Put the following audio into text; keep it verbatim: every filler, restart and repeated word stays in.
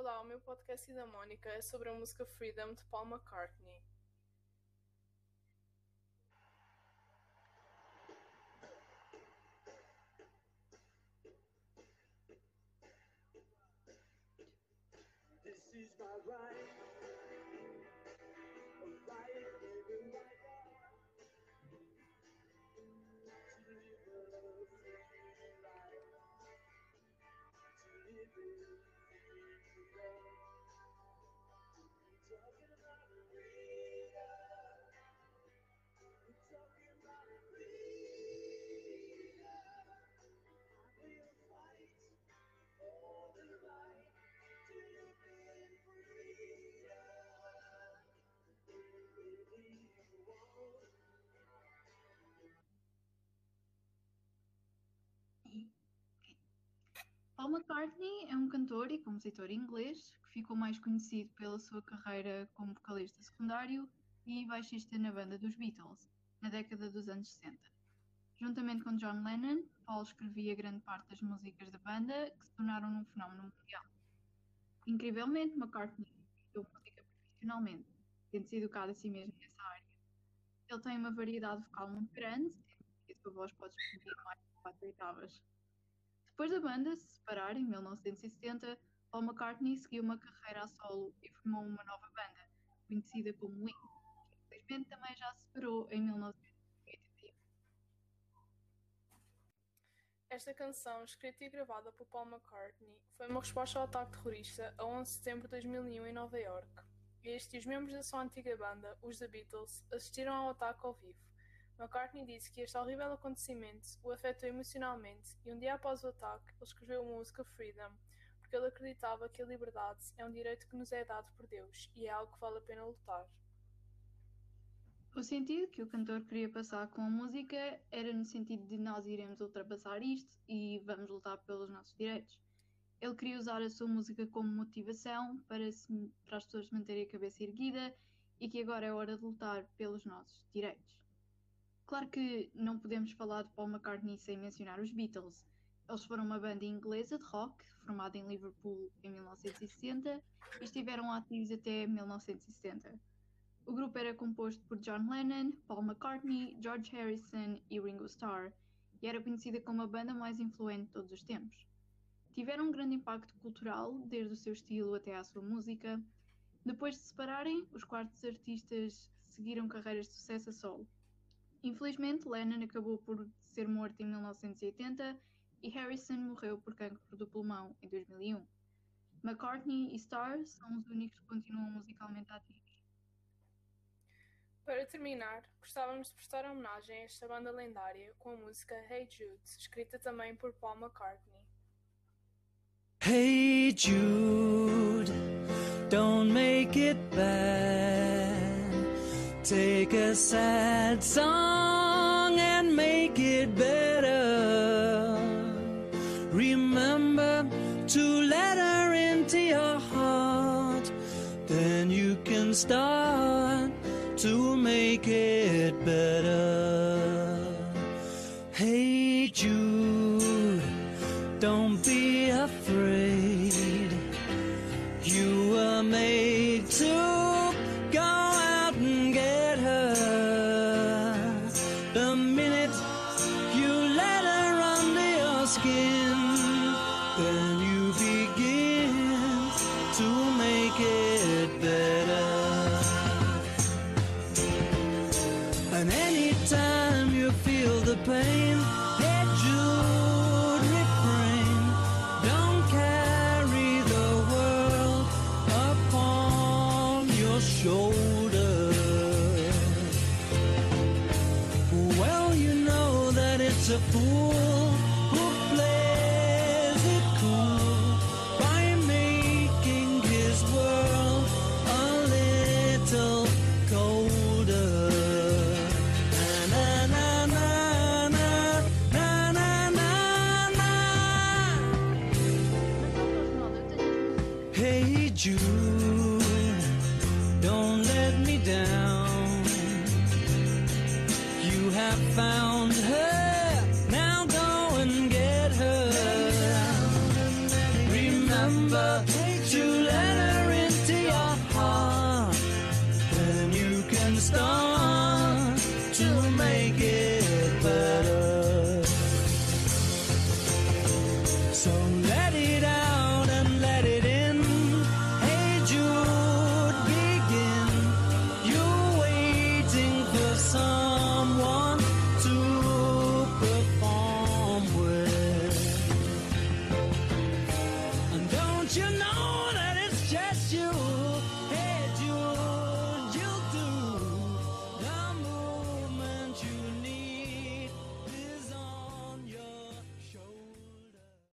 Olá, o meu podcast da Mónica é sobre a música Freedom de Paul McCartney. This is my right, a right, every right to live a free life, to live a free life. We're talking about freedom, we're talking about freedom. I will fight for the right to live in freedom. Paul McCartney é um cantor e compositor inglês que ficou mais conhecido pela sua carreira como vocalista secundário e baixista na banda dos Beatles, na década dos anos sessenta. Juntamente com John Lennon, Paul escrevia grande parte das músicas da banda, que se tornaram um fenómeno mundial. Incrivelmente, McCartney estudou música profissionalmente, tendo se educado a si mesmo nessa área. Ele tem uma variedade vocal muito grande, sendo que a sua voz pode exprimir mais de quatro oitavas. Depois da banda se separar em mil novecentos e setenta, Paul McCartney seguiu uma carreira a solo e formou uma nova banda, conhecida como Wings, que infelizmente também já se separou em mil novecentos e oitenta e um. Esta canção, escrita e gravada por Paul McCartney, foi uma resposta ao ataque terrorista a onze de setembro de dois mil e um em Nova York. Este e os membros da sua antiga banda, os The Beatles, assistiram ao ataque ao vivo. McCartney disse que este horrível acontecimento o afetou emocionalmente e um dia após o ataque ele escreveu a música Freedom, porque ele acreditava que a liberdade é um direito que nos é dado por Deus e é algo que vale a pena lutar. O sentido que o cantor queria passar com a música era no sentido de nós iremos ultrapassar isto e vamos lutar pelos nossos direitos. Ele queria usar a sua música como motivação para, se, para as pessoas manterem a cabeça erguida e que agora é hora de lutar pelos nossos direitos. Claro que não podemos falar de Paul McCartney sem mencionar os Beatles. Eles foram uma banda inglesa de rock, formada em Liverpool em mil novecentos e sessenta e estiveram ativos até mil novecentos e setenta. O grupo era composto por John Lennon, Paul McCartney, George Harrison e Ringo Starr e era conhecida como a banda mais influente de todos os tempos. Tiveram um grande impacto cultural, desde o seu estilo até à sua música. Depois de se separarem, os quatro artistas seguiram carreiras de sucesso a solo. Infelizmente, Lennon acabou por ser morto em mil novecentos e oitenta e Harrison morreu por cancro do pulmão em dois mil e um. McCartney e Starr são os únicos que continuam musicalmente ativos. Para terminar, gostávamos de prestar homenagem a esta banda lendária com a música Hey Jude, escrita também por Paul McCartney. Hey Jude, don't make it bad. Take a sad song and make it better. Remember to let her into your heart. Then you can start to make it better. Hey Jude, don't be afraid. You were made to go out and get her. The minute you let her under your skin, then you begin to make it better. And anytime you feel the pain, hey Jude, refrain. Don't carry the world upon your shoulder. Well, you know that it's a fool who plays it cool by making his world a little colder. Na, na, na, na, na, na, na, na. Hey Jude, don't let me down. You have found her, now go and get her. Remember to let her into your heart, then you can start to make it better. So let it out and let it in. Hey Jude, begin. You're waiting for someone to perform with. And don't you know that it's just you